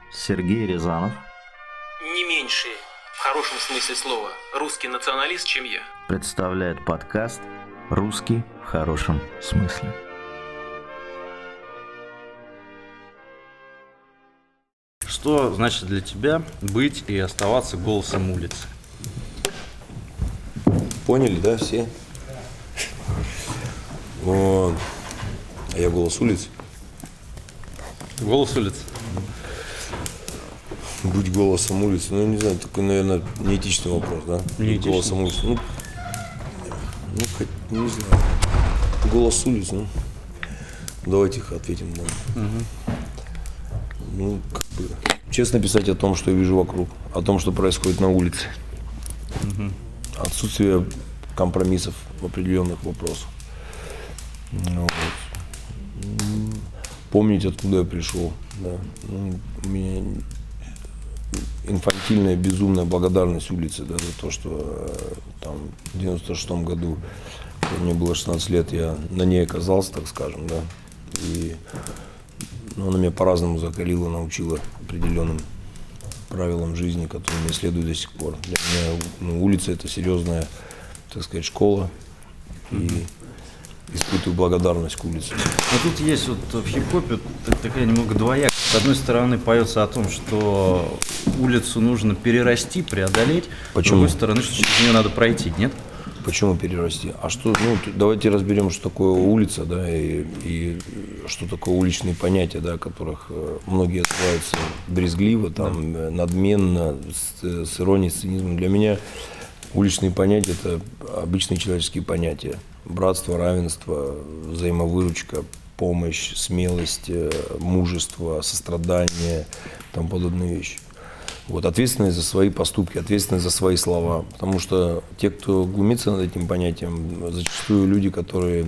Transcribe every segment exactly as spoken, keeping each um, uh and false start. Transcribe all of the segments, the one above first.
Сергей Рязанов, не меньший, в хорошем смысле слова, русский националист, чем я, представляет подкаст «Русский в хорошем смысле». Что значит для тебя быть и оставаться голосом улицы? Поняли, да, все? Вот. А я голос улицы. Голос улицы? Будь голосом улицы. Ну, не знаю, такой, наверное, неэтичный вопрос, да? Неэтичный. Голосом улицы. Ну, ну, хоть, не знаю. Голос улицы, ну. Давайте ответим, да. Угу. Ну, как бы, честно писать о том, что я вижу вокруг, о том, что происходит на улице. Угу. Отсутствие компромиссов в определенных вопросах. Ну, вот. Помнить, откуда я пришел. Да. Ну, у меня инфантильная, безумная благодарность улице, да, за то, что там, в девяносто шестом году, когда мне было шестнадцать лет, я на ней оказался, так скажем, да. И ну, она меня по-разному закалила, научила определенным правилам жизни, которые мне следуют до сих пор. Для меня ну, улица – это серьезная, так сказать, школа. И испытываю благодарность к улице. Но тут есть вот в хип-хопе такая немного двоякая. С одной стороны поется о том, что улицу нужно перерасти, преодолеть. Почему? С другой стороны, что через нее надо пройти, нет? Почему перерасти? А что, ну, давайте разберем, что такое улица, да, и, и что такое уличные понятия, да, которых многие отзываются брезгливо, там, да. надменно, с, с иронией, с цинизмом. Для меня уличные понятия – это обычные человеческие понятия. Братство, равенство, взаимовыручка, помощь, смелость, мужество, сострадание, тому подобные вещи. Вот, ответственность за свои поступки, ответственность за свои слова. Потому что те, кто глумится над этим понятием, зачастую люди, которые,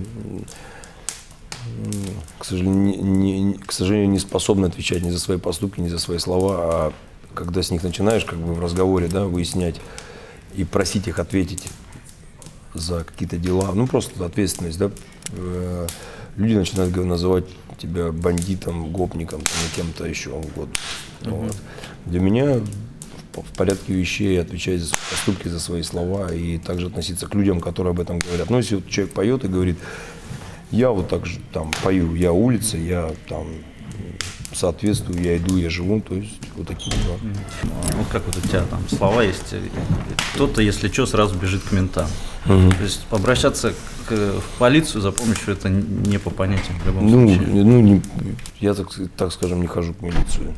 к сожалению, не, не, к сожалению, не способны отвечать ни за свои поступки, ни за свои слова. А когда с них начинаешь как бы в разговоре, да, выяснять и просить их ответить за какие-то дела, ну просто ответственность, да, э, люди начинают называть тебя бандитом, гопником, там, и кем-то еще. Вот. Mm-hmm. Вот. Для меня в порядке вещей отвечать за свои поступки, за свои слова и также относиться к людям, которые об этом говорят. Ну, если вот человек поет и говорит, я вот так же там пою, я улица, я там соответствую, я иду, я живу, то есть вот такие дела. Mm-hmm. Вот как вот у тебя там слова есть, кто-то, если что, сразу бежит к ментам. Mm-hmm. То есть обращаться к, в полицию за помощью это не по понятиям в любом ну, случае. Ну, не, я так, так скажем, не хожу к милицию.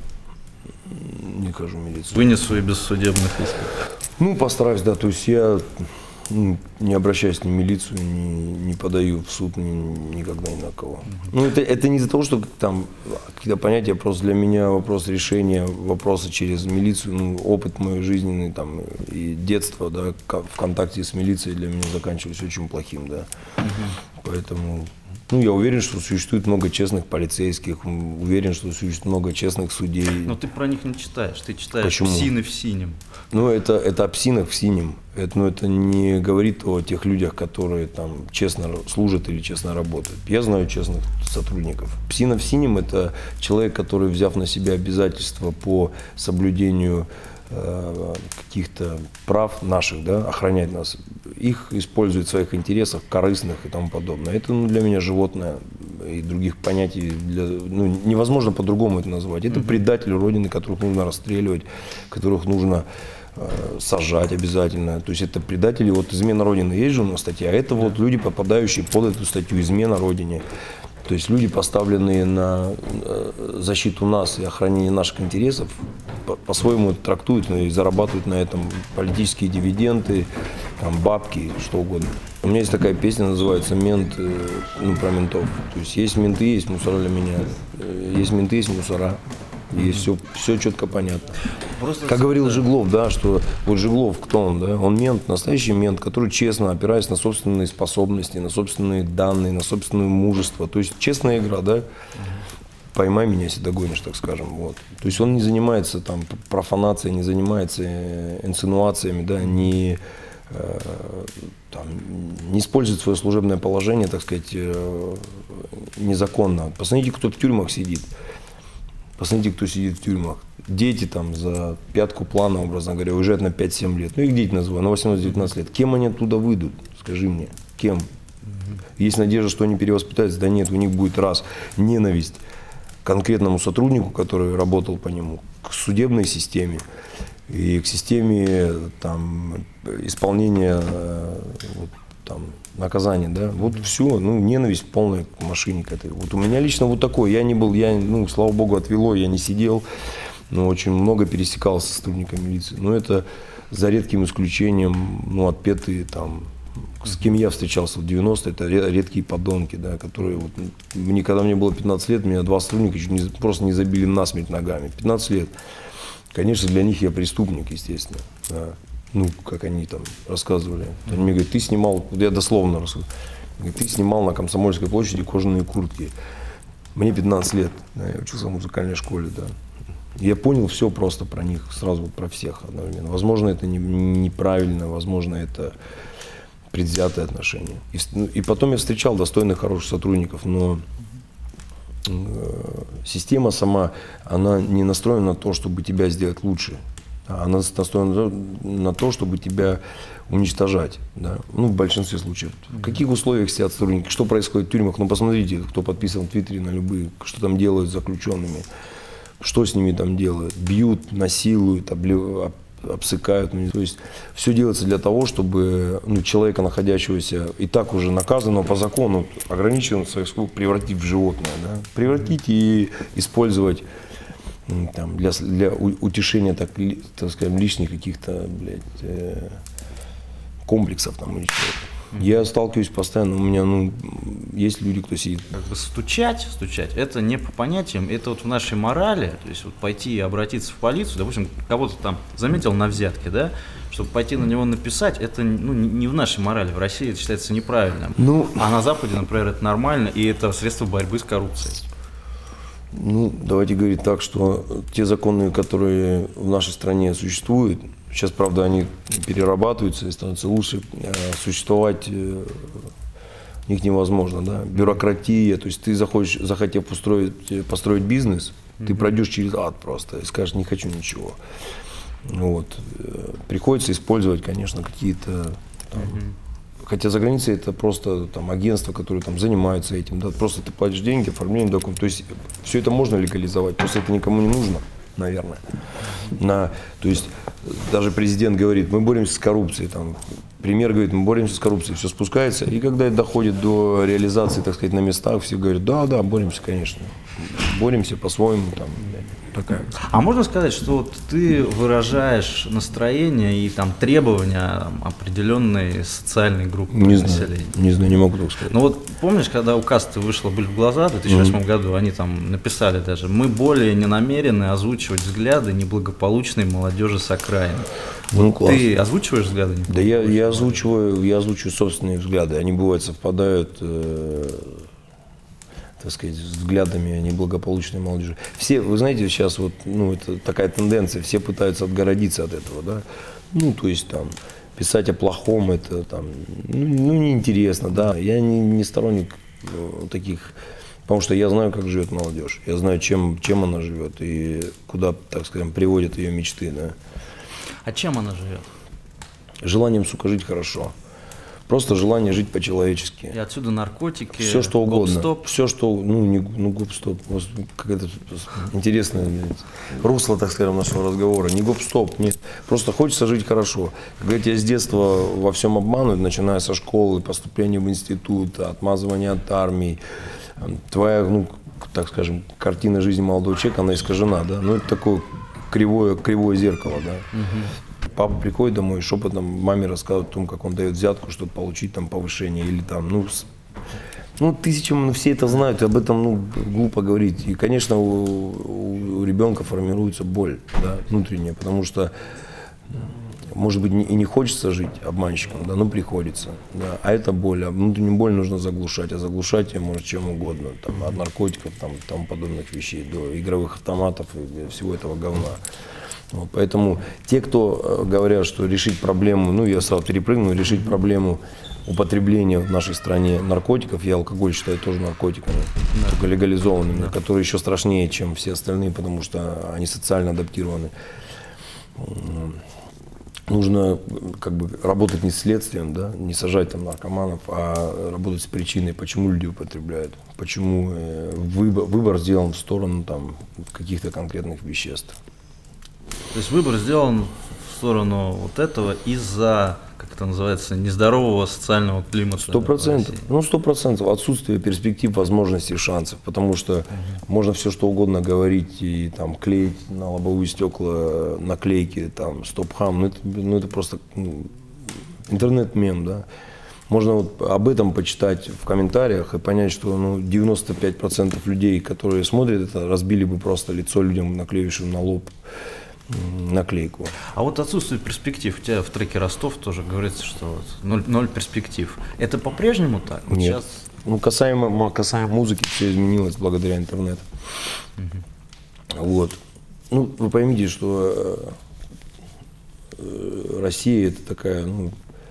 Не хожу в милицию. Вынесу и без судебных исков. Ну, постараюсь, да, то есть я ну, не обращаюсь ни в милицию, ни, не подаю в суд ни, никогда ни на кого. Mm-hmm. Ну, это, это не из-за того, что там какие-то понятия, просто для меня вопрос решения вопроса через милицию, ну, опыт мой жизненный там и детство, да, в контакте с милицией для меня заканчивается очень плохим, да. Mm-hmm. Поэтому, ну, я уверен, что существует много честных полицейских, уверен, что существует много честных судей. Но ты про них не читаешь, ты читаешь Почему? «Псины в синем». Ну, это, это о псинах в синем. Это, ну, это не говорит о тех людях, которые там честно служат или честно работают. Я знаю честных сотрудников. Псина в синем – это человек, который, взяв на себя обязательства по соблюдению э, каких-то прав наших, да, охранять нас, их используют в своих интересах, корыстных и тому подобное. Это ну, для меня животное и других понятий для, ну, невозможно по-другому это назвать. Это mm-hmm. предатели Родины, которых нужно расстреливать, которых нужно э, сажать обязательно. То есть это предатели, вот измена Родины есть же у нас статья, а это вот люди, попадающие под эту статью измена Родине. То есть люди, поставленные на защиту нас и охранение наших интересов, по-своему это трактуют и зарабатывают на этом политические дивиденды, там, бабки, что угодно. У меня есть такая песня, называется «Мент», ну, про ментов. То есть есть менты, есть мусора для меня, есть менты, есть мусора. И все, все четко понятно. Просто как говорил Жиглов, да, что вот Жиглов, кто он, да? Он мент, настоящий мент, который честно, опираясь на собственные способности, на собственные данные, на собственное мужество. То есть честная игра, да? Поймай меня, если догонишь, так скажем. Вот. То есть он не занимается там профанацией, не занимается инсинуациями, да, не, э, там, не использует свое служебное положение, так сказать, э, незаконно. Посмотрите, кто в тюрьмах сидит. Посмотрите, кто сидит в тюрьмах. дети там за пятку плана, образно говоря, уезжают на пять-семь лет. Ну, их дети называю, на восемнадцать-девятнадцать лет. Кем они оттуда выйдут? Скажи мне, кем? Есть надежда, что они перевоспитаются? Да нет, у них будет раз ненависть к конкретному сотруднику, который работал по нему, к судебной системе и к системе там, исполнения вот, там, наказания. Да? Вот все, ну, ненависть полная к машине к этой. Вот у меня лично вот такой. Я не был, я, ну, слава богу, отвело, я не сидел, но очень много пересекался с сотрудниками милиции. Но это за редким исключением, ну, отпетые там. С кем я встречался в девяностые, это редкие подонки, да, которые, вот, когда мне было пятнадцать лет, меня два сотрудника чуть не, просто не забили насмерть ногами. пятнадцать лет. Конечно, для них я преступник, естественно. Да. Ну, как они там рассказывали. Они мне говорят, ты снимал, я дословно рассказываю, ты снимал на Комсомольской площади кожаные куртки. Мне пятнадцать лет, да, я учился в музыкальной школе, да. Я понял все просто про них, сразу вот про всех одновременно. Возможно, это не, неправильно, возможно, это предвзятые отношения. И, и потом я встречал достойных, хороших сотрудников, но э, система сама, она не настроена на то, чтобы тебя сделать лучше. Она настроена на то, чтобы тебя уничтожать. Да? Ну, в большинстве случаев. В каких условиях сидят сотрудники, что происходит в тюрьмах? Ну, посмотрите, кто подписан в Твиттере на любые, что там делают с заключенными, что с ними там делают. Бьют, насилуют, облив... обсыкают. То есть все делается для того, чтобы, ну, человека, находящегося и так уже наказанного по закону, ограниченного своих слуг, превратить в животное. Да? Превратить и использовать там, для, для утешения, так, так скажем, лишних каких-то, блядь, э, комплексов там, или чего-то. Я сталкиваюсь постоянно, у меня, ну, есть люди, кто сидит. Как бы стучать, стучать, это не по понятиям, это вот в нашей морали, то есть вот пойти и обратиться в полицию, допустим, кого-то там заметил на взятке, да, чтобы пойти на него написать, это, ну, не в нашей морали, в России это считается неправильным, ну, а на Западе, например, это нормально, и это средство борьбы с коррупцией. Ну, давайте говорить так, что те законы, которые в нашей стране существуют, сейчас, правда, они перерабатываются и становятся лучше, существовать в них невозможно, да. Бюрократия, то есть ты захочешь, захотев построить, построить бизнес, mm-hmm. ты пройдешь через ад просто и скажешь, не хочу ничего. Вот. Приходится использовать, конечно, какие-то там, mm-hmm. хотя за границей это просто там агентства, которые там занимаются этим, да, просто ты платишь деньги, оформление документов, то есть все это можно легализовать, просто это никому не нужно, наверное. На, то есть даже президент говорит, мы боремся с коррупцией, там, премьер говорит, мы боремся с коррупцией, все спускается, и когда это доходит до реализации, так сказать, на местах, все говорят, да, да, боремся, конечно, боремся по-своему, там, такая. А можно сказать, что вот ты выражаешь настроение и там требования там, определенной социальной группы не населения? Знаю, не знаю, не могу так сказать. Ну вот помнишь, когда указ вышла «Быль в глаза» в две тысячи восьмом mm-hmm. году, они там написали даже, мы более не намерены озвучивать взгляды неблагополучной молодежи с окраины. Ну, вот ты озвучиваешь взгляды? Да я, я озвучиваю, я озвучиваю собственные взгляды, они бывают совпадают, э, так сказать, с взглядами неблагополучной молодежи. Все, вы знаете, сейчас вот, ну, это такая тенденция, все пытаются отгородиться от этого, да, ну, то есть там писать о плохом, это там, ну, ну неинтересно, да, я не, не сторонник ну, таких, потому что я знаю, как живет молодежь, я знаю, чем, чем она живет и куда, так скажем, приводят ее мечты, да. А чем она живет? Желанием, сука, жить хорошо. Просто желание жить по-человечески. И отсюда наркотики, все что угодно. гоп-стоп. Все что, ну, не, ну гоп-стоп. Какое-то интересное русло, так скажем, нашего разговора. Не гоп-стоп, нет. Просто хочется жить хорошо. Когда тебя с детства во всем обманывают, начиная со школы, поступления в институт, отмазывания от армии, твоя, ну, так скажем, картина жизни молодого человека, она искажена, да. Ну, это такое кривое, кривое зеркало, да. Угу. Папа приходит домой, шепотом маме рассказывает о том, как он дает взятку, чтобы получить там повышение или там, ну, с... ну тысячам, ну, все это знают, и об этом, ну, глупо говорить. И, конечно, у, у ребенка формируется боль, да, внутренняя, потому что, может быть, и не хочется жить обманщиком, да, но приходится, да, а это боль, а внутреннюю боль нужно заглушать, а заглушать ее может чем угодно, там, от наркотиков, там, тому подобных вещей, до игровых автоматов и всего этого говна. Вот, поэтому те, кто говорят, что решить проблему, ну я сразу перепрыгну, решить проблему употребления в нашей стране наркотиков, я алкоголь считаю тоже наркотиками, да. только легализованными, да. которые еще страшнее, чем все остальные, потому что они социально адаптированы. Нужно как бы работать не с следствием, да, не сажать там наркоманов, а работать с причиной, почему люди употребляют, почему выбор, выбор сделан в сторону там каких-то конкретных веществ. То есть выбор сделан в сторону вот этого из-за, как это называется, нездорового социального климата. Сто процентов. Ну, сто процентов. Отсутствие перспектив, возможностей, шансов. Потому что угу. можно все что угодно говорить и там клеить на лобовые стекла наклейки, там, стоп-хам. Ну, это, ну, это просто ну, интернет-мем, да. Можно вот об этом почитать в комментариях и понять, что ну, девяносто пять процентов людей, которые смотрят это, разбили бы просто лицо людям, наклеившим на лоб наклейку. А вот отсутствие перспектив. У тебя в треке «Ростов» тоже говорится, что вот ноль, ноль перспектив. Это по-прежнему так? Вот Нет. Сейчас... Ну, касаемо, касаемо музыки, все изменилось благодаря интернету. Угу. Вот. Ну, вы поймите, что Россия – это такая ну,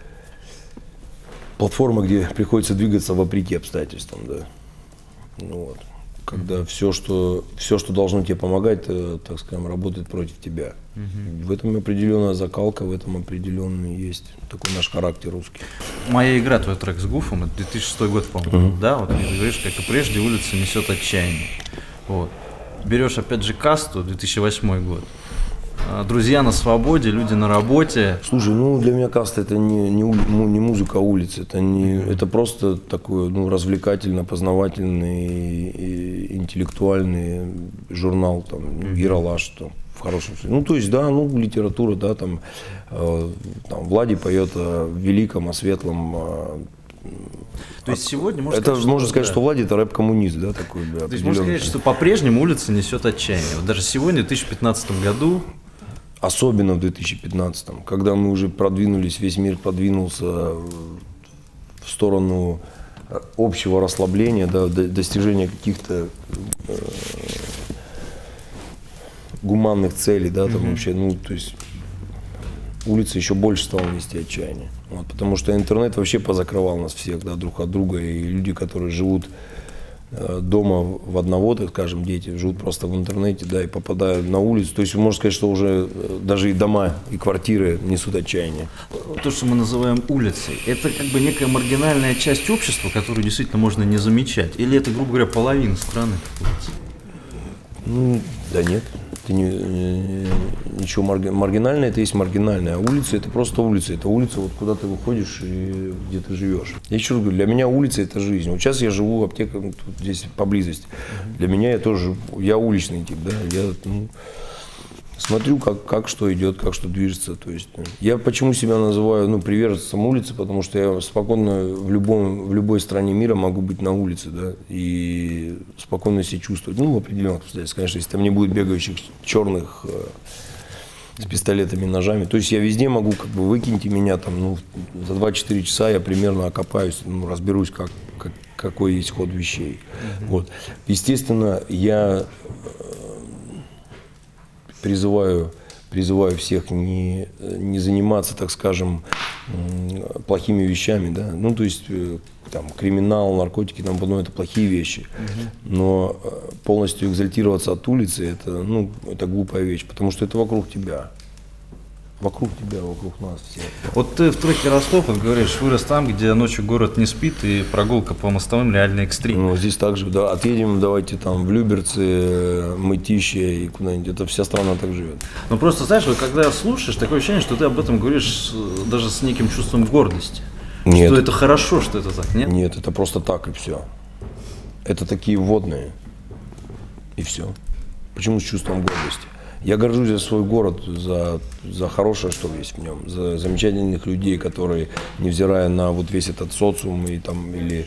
платформа, где приходится двигаться вопреки обстоятельствам. Да. Ну, вот. Когда mm-hmm. все, что, все, что должно тебе помогать, так скажем, работает против тебя. Mm-hmm. В этом определенная закалка, в этом определенный есть такой наш характер русский. Моя игра, твой трек с Гуфом, это две тысячи шестой год, по-моему, mm-hmm. да? Вот ты говоришь, как и прежде, улица несет отчаяние. Вот. Берешь опять же касту, две тысячи восьмой год. Друзья на свободе, люди на работе. Слушай, ну для меня каста это не, не, не музыка улицы, это, не, это просто такой ну, развлекательно-познавательный, и интеллектуальный журнал, там, mm-hmm. Ералаш, там, в хорошем смысле. Ну то есть, да, ну литература, да, там, э, там Влади поет о великом, о светлом. О, То есть сегодня можно это, сказать, можно что, сказать, да. что Влади это рэп-коммунист, да, такой, да. То есть можно сказать, что по-прежнему улица несет отчаяние. Вот даже сегодня, в две тысячи пятнадцатом году. Особенно в две тысячи пятнадцатом, когда мы уже продвинулись, весь мир продвинулся в сторону общего расслабления, да, достижения каких-то э, гуманных целей, да, там mm-hmm. вообще, ну, то есть улица еще больше стала нести отчаяние. Вот, потому что интернет вообще позакрывал нас всех, да, друг от друга, и люди, которые живут дома в одного, так скажем, дети живут просто в интернете, да, и попадают на улицу. То есть можно сказать, что уже даже и дома, и квартиры несут отчаяние. То, что мы называем улицей, это как бы некая маргинальная часть общества, которую действительно можно не замечать? Или это, грубо говоря, половина страны? Ну, да нет. Это не, не, ничего марги, маргинальное, это есть маргинальное. А улица это просто улица. Это улица, вот куда ты выходишь и где ты живешь. Я еще раз говорю, для меня улица это жизнь. Вот сейчас я живу в аптеке тут, здесь поблизости. Mm-hmm. Для меня я тоже, я уличный тип, да. Я ну, смотрю, как, как что идет, как что движется. То есть, я почему себя называю ну, приверженцем улицы, потому что я спокойно в, любом, в любой стране мира могу быть на улице, да, и спокойно себя чувствовать. Ну, в определенных обстоятельствах, конечно, если там не будет бегающих черных э, с пистолетами, ножами. То есть я везде могу, как бы, выкиньте меня там, ну, за два-четыре часа я примерно окопаюсь, ну, разберусь, как, как, какой есть ход вещей. Mm-hmm. Вот. Естественно, я призываю, призываю всех не, не заниматься, так скажем, плохими вещами, да, ну, то есть, там, криминал, наркотики, там, ну, это плохие вещи, угу. но полностью экзальтироваться от улицы, это, ну, это глупая вещь, потому что это вокруг тебя. Вокруг тебя, вокруг нас всех. Вот ты в треке «Ростов» вот говоришь, вырос там, где ночью город не спит, и прогулка по мостовым реально экстрим. Ну, здесь также, да, отъедем, давайте там в Люберцы, Мытищи и куда-нибудь, это вся страна так живет. Ну, просто, знаешь, вот, когда слушаешь, такое ощущение, что ты об этом говоришь даже с неким чувством гордости. Нет. Что это хорошо, что это так, нет? Нет, это просто так и все. Это такие вводные, и все. Почему с чувством гордости? Я горжусь за свой город, за, за хорошее, что есть в нем, за замечательных людей, которые, невзирая на вот весь этот социум и, там, или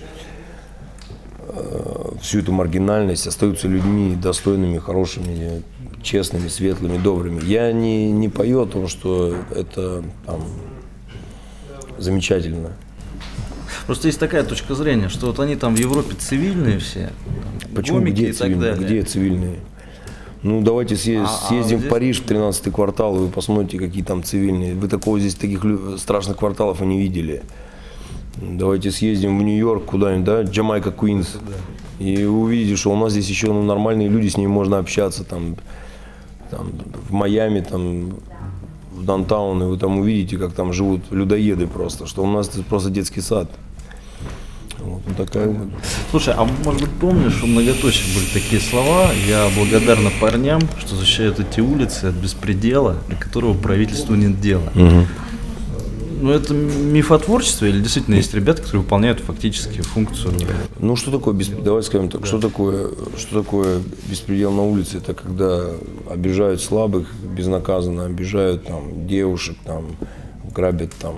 э, всю эту маргинальность, остаются людьми достойными, хорошими, честными, светлыми, добрыми. Я не, не пою о том, что это там, замечательно. Просто есть такая точка зрения, что вот они там в Европе цивильные все, там, почему, где и так далее. Где цивильные? Ну, давайте съездим, а, съездим а здесь... в Париж, в тринадцатый квартал, и вы посмотрите, какие там цивильные. Вы такого здесь, таких страшных кварталов и не видели. Давайте съездим в Нью-Йорк куда-нибудь, да, Джамайка, Куинс. Да. И увидите, что у нас здесь еще ну, нормальные люди, с ними можно общаться. Там, там, в Майами, там, в Даунтаун, и вы там увидите, как там живут людоеды просто. Что у нас это просто детский сад. Вот, вот такая вот. Слушай, а может быть помнишь, у Многоточия были такие слова: я благодарна парням, что защищают эти улицы от беспредела, до которого правительству нет дела. Угу. Ну, это мифотворчество или действительно есть ребята, которые выполняют фактически функцию? Ну, что такое беспредел? Давай скажем так, да. что, такое, что такое беспредел на улице? Это когда обижают слабых безнаказанно, обижают там девушек, там, грабят там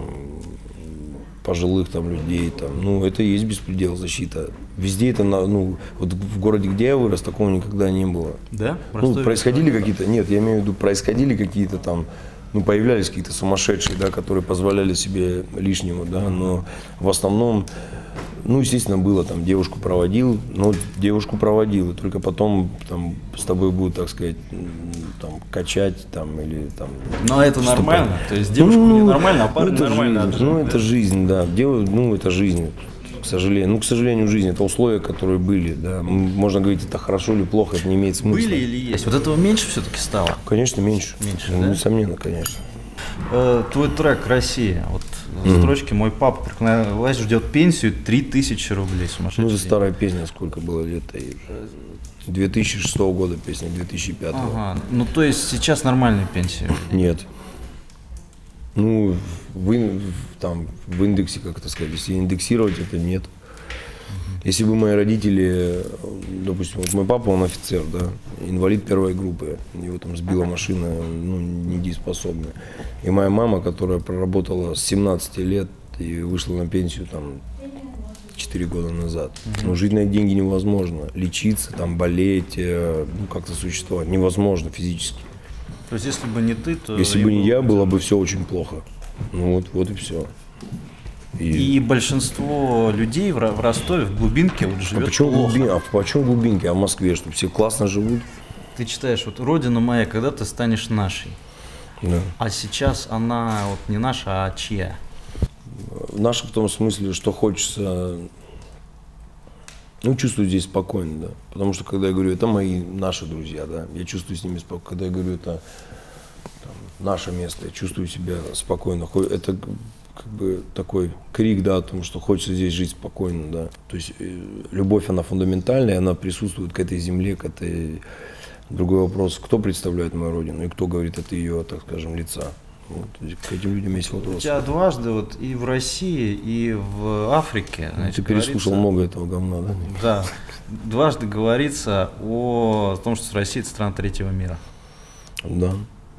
пожилых там людей. Там. Ну, это и есть беспредел, защита. Везде это, ну, вот в городе, где я вырос, такого никогда не было. Да? Ну, происходили какие-то, нет, я имею в виду, происходили какие-то там, ну, появлялись какие-то сумасшедшие, да, которые позволяли себе лишнего, да, но в основном, ну, естественно, было там, девушку проводил, но девушку проводил, и только потом там с тобой будут, так сказать, там, качать, там, или там... Но это что-то... нормально? То есть девушку ну, не нормально, а парень ну, нормально? Жизнь, ну, это жизнь, да, Дев... ну, это жизнь. К сожалению, ну, к сожалению, жизнь, это условия, которые были, да. Можно говорить, это хорошо или плохо, это не имеет смысла. Были или есть? Вот этого меньше все-таки стало? Конечно, меньше. Меньше, ну, да? Несомненно, конечно. Э, твой трек «Россия», вот mm-hmm. строчки «Мой папа, преклонная власть, ждет пенсию три тысячи рублей». Сумасшедший. Ну, это старая песня, сколько было лет? две тысячи шестого года песня, две тысячи пятого. Ага, ну то есть сейчас нормальная пенсия? Нет. Ну, в, там, в индексе, как это сказать, если индексировать, это нет. Если бы мои родители, допустим, вот мой папа, он офицер, да, инвалид первой группы, его там сбила машина, ну, недееспособная. И моя мама, которая проработала с семнадцати лет и вышла на пенсию там четыре года назад. Но жить на деньги невозможно, лечиться, там, болеть, ну, как-то существовать невозможно физически. То есть, если бы не ты, то... Если бы не я, было бы все очень плохо. Ну вот, вот и все. И... и большинство людей в Ростове, в глубинке, вот живет а почему плохо. Глубин... А почему глубинке? А в Москве, что все классно живут? Ты читаешь, вот родина моя, когда ты станешь нашей. Да. А сейчас она вот не наша, а чья? Наша в том смысле, что хочется, ну, чувствую здесь спокойно, да. Потому что, когда я говорю, это мои, наши друзья, да, я чувствую с ними спокойно. Когда я говорю, это там, наше место, я чувствую себя спокойно. Это как бы такой крик, да, о том, что хочется здесь жить спокойно, да. То есть любовь, она фундаментальная, она присутствует к этой земле, к этой... Другой вопрос, кто представляет мою родину и кто говорит от ее, так скажем, лица. Вот, к этим людям есть вопрос. У тебя дважды вот и в России, и в Африке. Значит, ты переслушал много этого говна, да? Да. Дважды говорится о том, что Россия – это страна третьего мира. Да.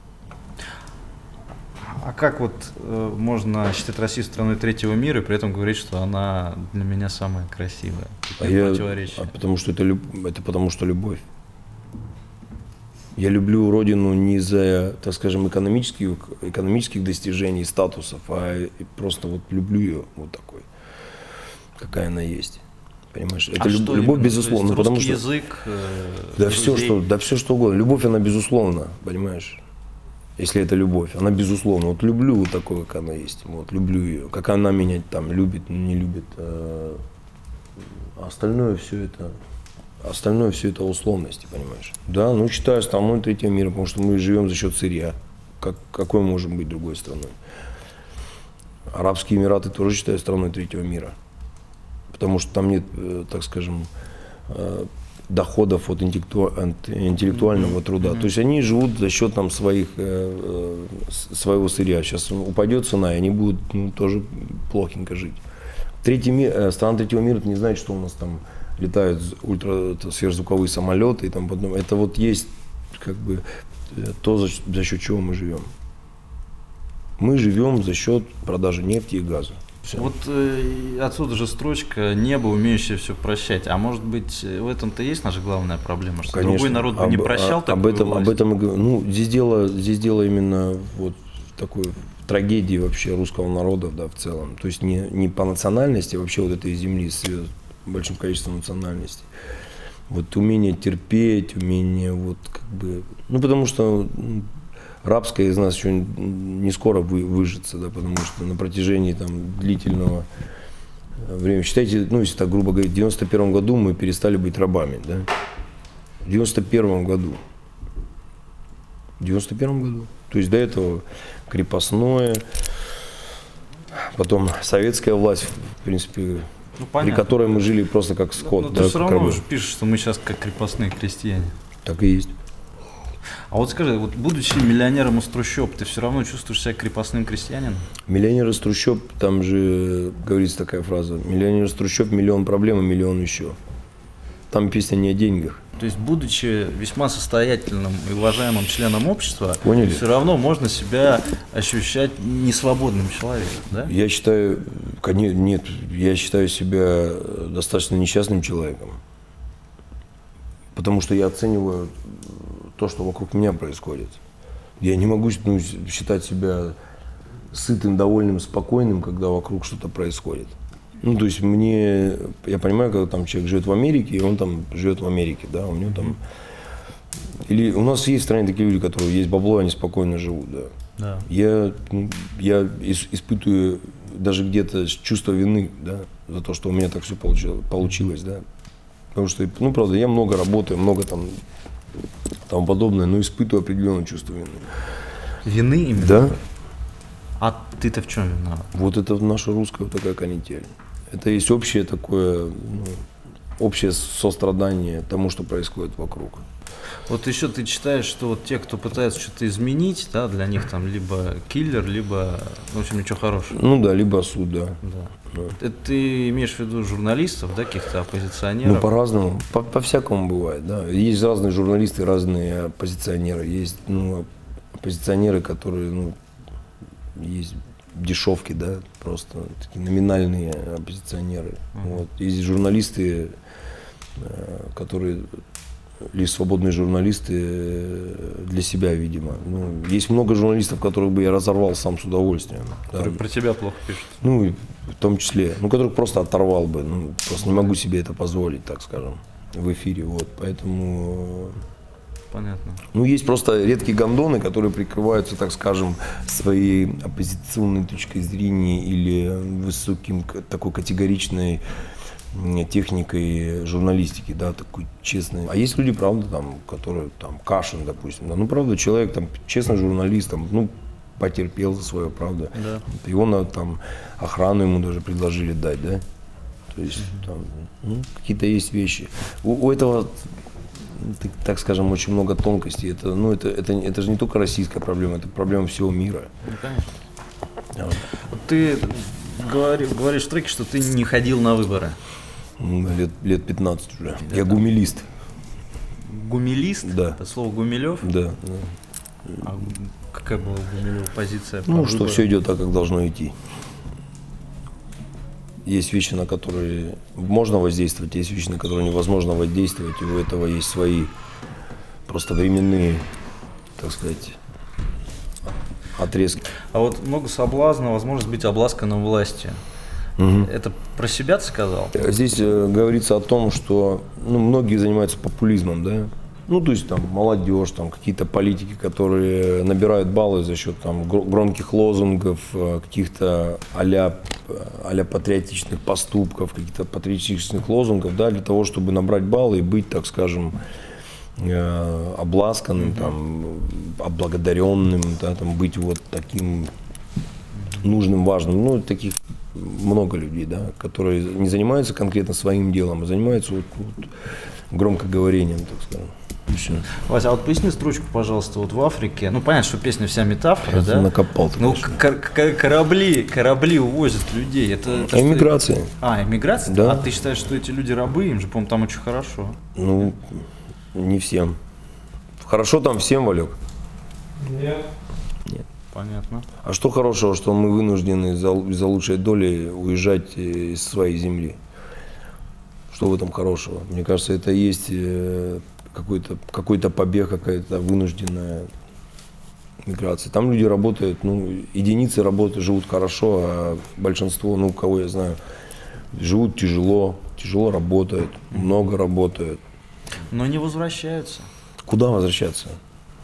А как вот э, можно считать Россию страной третьего мира и при этом говорить, что она для меня самая красивая? А я, а потому что это, это потому что любовь. Я люблю родину не из-за, так скажем, экономических, экономических достижений, статусов, а просто вот люблю ее вот такой, какая она есть. Понимаешь? Это а люб, что любовь именно? безусловно. То есть потому русский что, язык, э, да, все, что, да все что угодно. Любовь, она безусловна, понимаешь? Если это любовь, она безусловна. Вот люблю вот такой, как она есть. Вот, люблю ее. Как она меня там любит, не любит. А остальное все это. Остальное все это условности, понимаешь? Да, ну считаю страной третьего мира, потому что мы живем за счет сырья. Как, какой мы можем быть другой страной? Арабские Эмираты тоже считаю страной третьего мира. Потому что там нет, так скажем, доходов от интеллектуального труда. То есть они живут за счет там, своих, своего сырья. Сейчас упадет цена, и они будут ну, тоже плохенько жить. Третий мир, страна третьего мира, это не значит, что у нас там летают ультра сверхзвуковые самолеты и там потом. Это вот есть как бы то, за, за счет чего мы живем. Мы живем за счет продажи нефти и газа. Все. Вот э, отсюда же строчка «небо, умеющее все прощать». А может быть, в этом-то есть наша главная проблема? Что Конечно. Другой народ бы не прощал а, такую об этом, власть? об этом ну, здесь дело, здесь дело именно вот в такой в трагедии вообще русского народа, да, в целом. То есть не, не по национальности, а вообще вот этой земли с большим количеством национальностей. Вот умение терпеть, умение вот как бы... Ну, потому что ну, рабская из нас еще не скоро вы, выжится, да, потому что на протяжении там длительного время. Считайте, ну, если так грубо говорить, в девяносто первом году мы перестали быть рабами, да? В девяносто первом году. В девяносто первом году. То есть до этого крепостное, потом советская власть, в принципе, Ну, при которой мы жили просто как скот. Но, но да, ты все как равно рабы. же пишешь, что мы сейчас как крепостные крестьяне. Так и есть. А вот скажи, вот будучи миллионером из трущоб, ты все равно чувствуешь себя крепостным крестьянином? Миллионер из трущоб, там же говорится такая фраза: миллионер из трущоб, миллион проблем, и миллион еще. Там песня не о деньгах. То есть, будучи весьма состоятельным и уважаемым членом общества, Поняли? все равно можно себя ощущать несвободным человеком, да? Я считаю, коне- нет, я считаю себя достаточно несчастным человеком. Потому что я оцениваю то, что вокруг меня происходит. Я не могу, ну, считать себя сытым, довольным, спокойным, когда вокруг что-то происходит. Ну, то есть мне, я понимаю, когда там человек живет в Америке, и он там живет в Америке, да, у него там... Или у нас есть в стране такие люди, которые есть бабло, они спокойно живут, да. Да. Я, ну, я ис- испытываю даже где-то чувство вины, да, за то, что у меня так все получилось, получилось, да. Потому что, ну, правда, я много работаю, много там, тому подобное, но испытываю определенное чувство вины. Вины именно? Да. А ты-то в чем виноват? Вот это наша русская вот такая канитель. Это есть общее такое, ну, общее сострадание тому, что происходит вокруг. Вот еще ты читаешь, что вот те, кто пытается что-то изменить, да, для них там либо киллер, либо, в общем, ничего хорошего. Ну да, либо суд, да. Да. Да. Это ты имеешь в виду журналистов, да, каких-то оппозиционеров? Ну, по-разному, по- по-всякому бывает, да. Есть разные журналисты, разные оппозиционеры. Есть, ну, оппозиционеры, которые, ну, есть дешевки, да, просто такие номинальные оппозиционеры. Uh-huh. Вот. Есть журналисты, которые, лишь свободные журналисты для себя, видимо. Ну, есть много журналистов, которых бы я разорвал сам с удовольствием. Которые да. про тебя плохо пишут. Ну, и в том числе, ну, которых просто оторвал бы. Ну, просто не могу себе это позволить, так скажем, в эфире. Вот. Поэтому... Понятно. Ну, есть просто редкие гондоны, которые прикрываются, так скажем, своей оппозиционной точкой зрения или высоким, такой категоричной техникой журналистики, да, такой честной. А есть люди, правда, там, которые, там, Кашин, допустим, да, ну, правда, человек, там, честный журналист, там, ну, потерпел за свое, правда. Да. Его на, там, охрану ему даже предложили дать, да. То есть, mm-hmm. там, ну, какие-то есть вещи. У, у этого, так скажем, очень много тонкостей. Это, ну, это, это, это же не только российская проблема, это проблема всего мира. Ну, конечно. Да. Ты говори, говоришь в треке, что ты не ходил на выборы. Лет, лет пятнадцать уже. Да, я гумилист. Гумилист? Да. Это слово Гумилев? Да. да. А какая была Гумилева позиция? Ну, что все идет так, как должно идти. Есть вещи, на которые можно воздействовать, есть вещи, на которые невозможно воздействовать, и у этого есть свои просто временные, так сказать, отрезки. А вот много соблазна, возможность быть обласканным властью. Угу. Это про себя ты сказал? Здесь э, говорится о том, что, ну, многие занимаются популизмом, да. Ну, то есть там молодежь, там какие-то политики, которые набирают баллы за счет там громких лозунгов, каких-то а-ля, а-ля патриотичных поступков, каких-то патриотичных лозунгов, да, для того, чтобы набрать баллы и быть, так скажем, э, обласканным, там, облагодаренным, да, там, быть вот таким нужным, важным. Ну, таких много людей, да, которые не занимаются конкретно своим делом, а занимаются вот, вот громкоговорением, так скажем. Все. Вася, а вот поясни строчку, пожалуйста, вот в Африке. Ну, понятно, что песня вся метафора, это да? Накопал ты, ну, корабли, корабли увозят людей. Это, это эмиграция. Что... А, эмиграция? Да. А ты считаешь, что эти люди рабы? Им же, по-моему, там очень хорошо. Ну, не всем. Хорошо там всем, Валек? Нет. Нет. Понятно. А что хорошего, что мы вынуждены за, за лучшей долей уезжать из своей земли? Что в этом хорошего? Мне кажется, это и есть какой-то, какой-то побег, какая-то вынужденная миграция. Там люди работают, ну, единицы работают, живут хорошо, а большинство, ну, кого я знаю, живут тяжело, тяжело работают, много работают. Но не возвращаются. Куда возвращаться?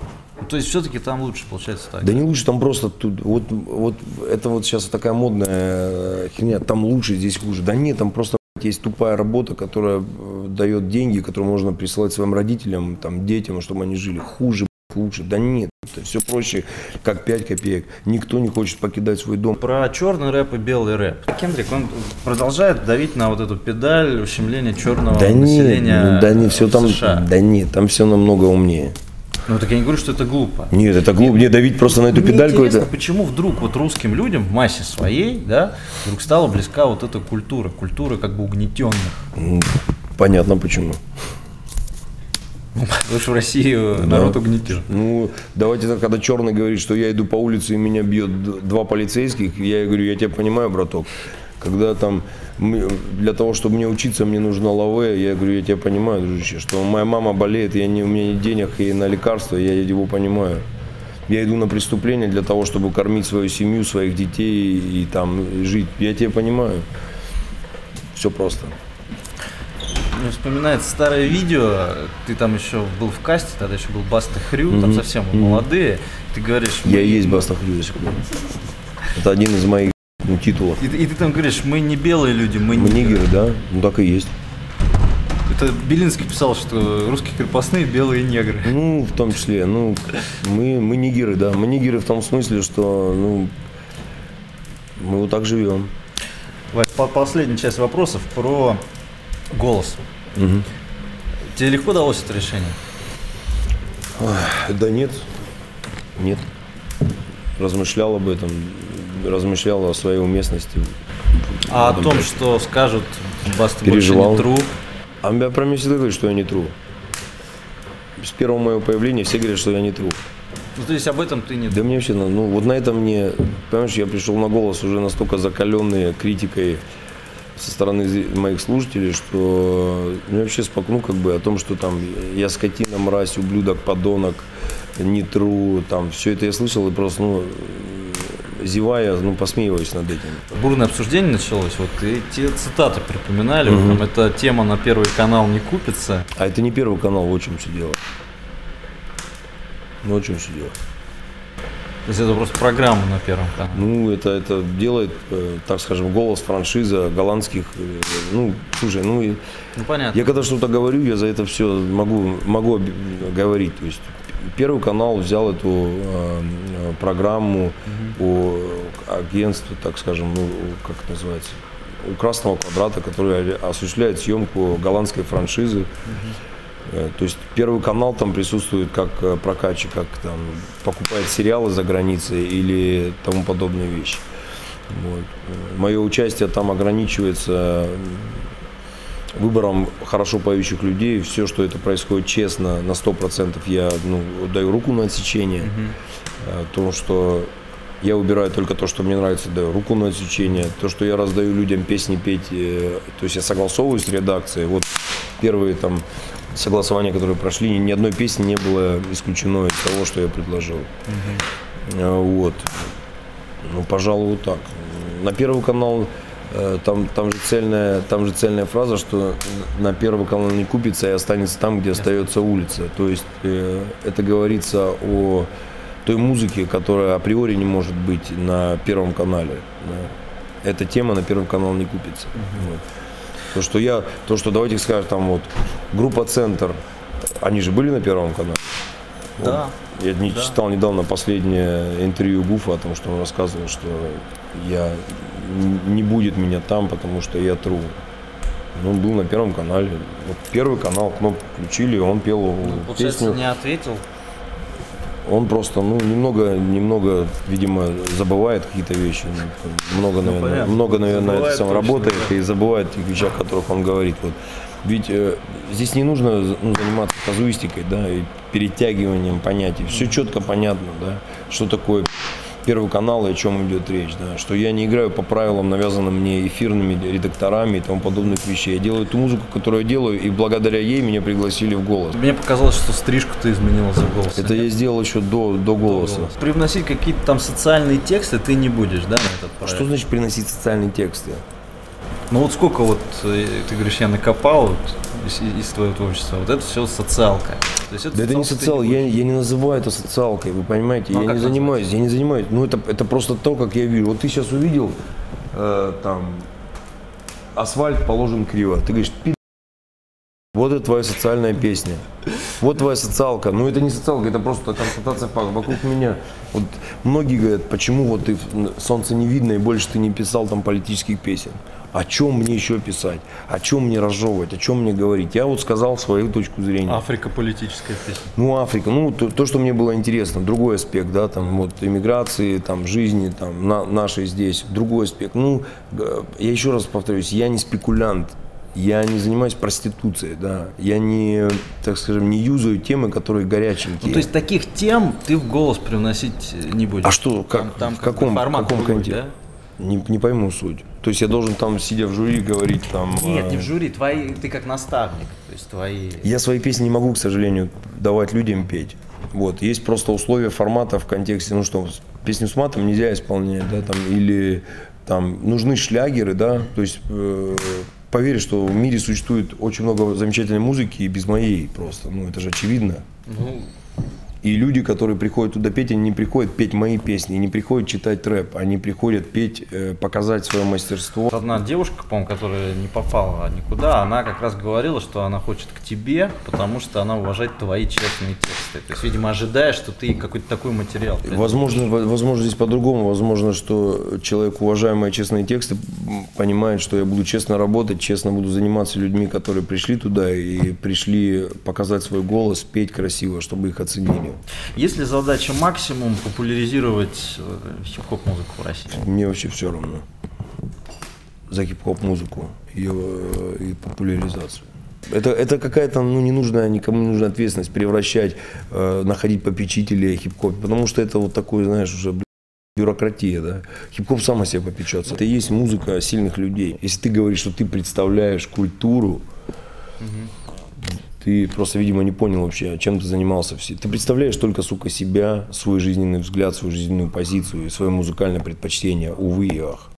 То есть все-таки там лучше получается так? Да не лучше, там просто тут, вот, вот это вот сейчас такая модная херня, там лучше, здесь хуже. Да нет, там просто есть тупая работа, которая дает деньги, которые можно присылать своим родителям, там, детям, чтобы они жили. Хуже, лучше. Да нет, это все проще, как пять копеек. Никто не хочет покидать свой дом. Про черный рэп и белый рэп. Кендрик, он продолжает давить на вот эту педаль ущемления черного да населения нет, да нет, все там, США. Да нет, там все намного умнее. Ну так я не говорю, что это глупо. Нет, это глупо. Мне давить просто на эту Мне педальку. интересно, Это... почему вдруг вот русским людям в массе своей, да, вдруг стала близка вот эта культура, культура как бы угнетенных. Понятно почему. Потому что в России народ да. угнетен. Ну, давайте так, когда черный говорит, что я иду по улице и меня бьет два полицейских, я говорю, я тебя понимаю, браток. Когда там для того, чтобы мне учиться, мне нужно лаве, я говорю, я тебя понимаю, дружище, что моя мама болеет, я не, у меня нет денег и на лекарства, я его понимаю. Я иду на преступление для того, чтобы кормить свою семью, своих детей и, и там жить. Я тебя понимаю. Все просто. Мне вспоминается старое видео, ты там еще был в касте, тогда еще был Баста Хрю, mm-hmm. там совсем mm-hmm. молодые, ты говоришь... Я и есть Баста Хрю до сих пор. Это один из моих ну, титулов. И, и ты там говоришь, мы не белые люди, мы, мы нигеры. нигеры, да, ну так и есть. Это Белинский писал, что русские крепостные белые негры. Ну, в том числе, ну, мы, мы нигеры, да, мы нигеры в том смысле, что, ну, мы вот так живем. Последняя часть вопросов про... голос. Угу. Тебе легко далось это решение? Да нет. Нет. Размышлял об этом. Размышлял о своей уместности. А о том, проекте. Что скажут, Баста больше не true? А я про меня всегда говорят, что я не true. С первого моего появления все говорят, что я не true. Ну, то есть об этом ты не... Да мне вообще, ну вот на этом мне, понимаешь, я пришел на голос уже настолько закаленный критикой со стороны моих слушателей, что ну, вообще спокну как бы о том, что там я скотина, мразь, ублюдок, подонок, не тру, там все это я слышал и просто, ну, зевая, ну, посмеиваюсь над этим. Бурное обсуждение началось, вот и те цитаты припоминали, угу. Там эта тема на Первый канал не купится. А это не Первый канал, вот в чем все дело. Ну, в чем все дело. То есть это просто программа на Первом канале? Ну, это, это делает, э, так скажем, голос франшиза голландских, э, ну, слушай, ну, и ну, понятно. Я когда что-то говорю, я за это все могу, могу говорить. То есть Первый канал взял эту э, программу угу. у агентства, так скажем, ну, как это называется, у Красного Квадрата, который осуществляет съемку голландской франшизы. Угу. То есть Первый канал там присутствует как прокатчик, как там покупает сериалы за границей или тому подобные вещи. Вот. Мое участие там ограничивается выбором хорошо поющих людей. Все, что это происходит честно, на сто процентов я ну, даю руку на отсечение. Mm-hmm. То, что я выбираю только то, что мне нравится, даю руку на отсечение. То, что я раздаю людям песни петь, то есть я согласовываюсь с редакцией. Вот первые там согласования, которые прошли, ни одной песни не было исключено из того, что я предложил. Uh-huh. Вот. Ну, пожалуй, вот так. На Первый канал там, там, же цельная, там же цельная фраза, что на Первый канал не купится и останется там, где остается улица. То есть э, это говорится о той музыке, которая априори не может быть на Первом канале. Да. Эта тема на Первый канал не купится. Uh-huh. Вот. То, что я, то, что давайте скажем, там вот группа «Центр», они же были на Первом канале? Да. Вот. Я не да. читал недавно последнее интервью Гуфа о том, что он рассказывал, что я не будет меня там, потому что я тру. Ну, он был на Первом канале. Вот Первый канал, кнопку включили, он пел ну, получается, песню. Не ответил. Он просто, ну, немного, немного, видимо, забывает какие-то вещи. Много, ну, наверное, понятно. много, наверное, это сам работает да. и забывает тех вещах, о которых он говорит. Вот. Ведь э, здесь не нужно ну, заниматься казуистикой, да, и перетягиванием понятий. Все четко понятно, да, что такое Первый канал и о чем идет речь, да, что я не играю по правилам, навязанным мне эфирными редакторами и тому подобных вещей. Я делаю ту музыку, которую я делаю, и благодаря ей меня пригласили в «Голос». Мне показалось, что стрижку ты изменила за «Голос». Это я сделал еще до, до «Голоса». До Привносить какие-то там социальные тексты ты не будешь, да, на этот проект? Что значит приносить социальные тексты? Ну вот сколько вот, ты говоришь, я накопал вот, из, из твоего творчества, вот это все социалка. То есть это Да это не социалка социал, ты я, будешь. я не называю это социалкой, вы понимаете? Ну, а я как не занимаюсь, я не занимаюсь. Ну это, это просто то, как я вижу. Вот ты сейчас увидел, э, там, асфальт положен криво. Ты говоришь, пи***, вот это твоя социальная песня. Вот твоя социалка. Ну это не социалка, это просто констатация факта. Вокруг меня, вот многие говорят, почему вот ты солнце не видно и больше ты не писал там политических песен. О чем мне еще писать? О чем мне разжевывать? О чем мне говорить? Я вот сказал свою точку зрения. Африка политическая песня. Ну, Африка, ну, то, то, что мне было интересно, другой аспект, да, там, вот, иммиграции, там, жизни, там, на, нашей здесь, другой аспект. Ну, я еще раз повторюсь, я не спекулянт, я не занимаюсь проституцией, да, я не, так скажем, не юзаю темы, которые горяченькие. Ну, то есть таких тем ты в голос привносить не будешь? А что, как, Там, там в каком, формат в каком другой, контексте? да? Не, не пойму суть. То есть я должен там, сидя в жюри, говорить там... Нет, не в э, жюри, твои, ты как наставник, то есть твои... Я свои песни не могу, к сожалению, давать людям петь. Вот. Есть просто условия формата в контексте, ну что, песню с матом нельзя исполнять, да, там, или там нужны шлягеры, да, то есть э, поверь, что в мире существует очень много замечательной музыки и без моей просто, ну это же очевидно. Ну, И люди, которые приходят туда петь, они не приходят петь мои песни, не приходят читать рэп, они приходят петь, э, показать свое мастерство. одна девушка, по-моему, которая не попала никуда, она как раз говорила, что она хочет к тебе, потому что она уважает твои честные тексты. То есть, видимо, ожидая, что ты какой-то такой материал предложишь. Возможно, возможно, здесь по-другому. Возможно, что человек, уважая мои честные тексты, понимает, что я буду честно работать, честно буду заниматься людьми, которые пришли туда и пришли показать свой голос, петь красиво, чтобы их оценили. Есть ли задача максимум популяризировать э, хип-хоп музыку в России? Мне вообще все равно за хип-хоп музыку, ее и популяризацию. Это, это какая-то, ну, ненужная, никому не нужная ответственность превращать, э, находить попечителей хип-хоп, потому что это вот такой, знаешь, уже бюрократия, да. Хип-хоп сам о себе попечется. Это и есть музыка сильных людей. Если ты говоришь, что ты представляешь культуру, ты просто, видимо, не понял вообще, чем ты занимался. Ты представляешь только, сука, себя, свой жизненный взгляд, свою жизненную позицию и свое музыкальное предпочтение, увы и ах.